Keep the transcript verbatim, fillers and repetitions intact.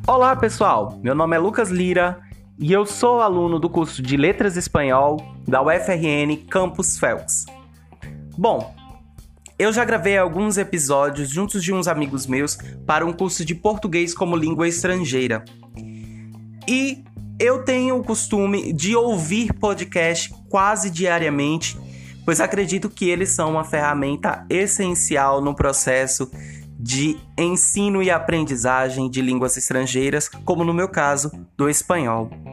Olá, pessoal! Meu nome é Lucas Lira e eu sou aluno do curso de Letras Espanhol da U F R N Campus Felps. Bom, eu já gravei alguns episódios juntos de uns amigos meus para um curso de português como língua estrangeira. E eu tenho o costume de ouvir podcast quase diariamente, pois acredito que eles são uma ferramenta essencial no processo de ensino e aprendizagem de línguas estrangeiras, como no meu caso, do espanhol.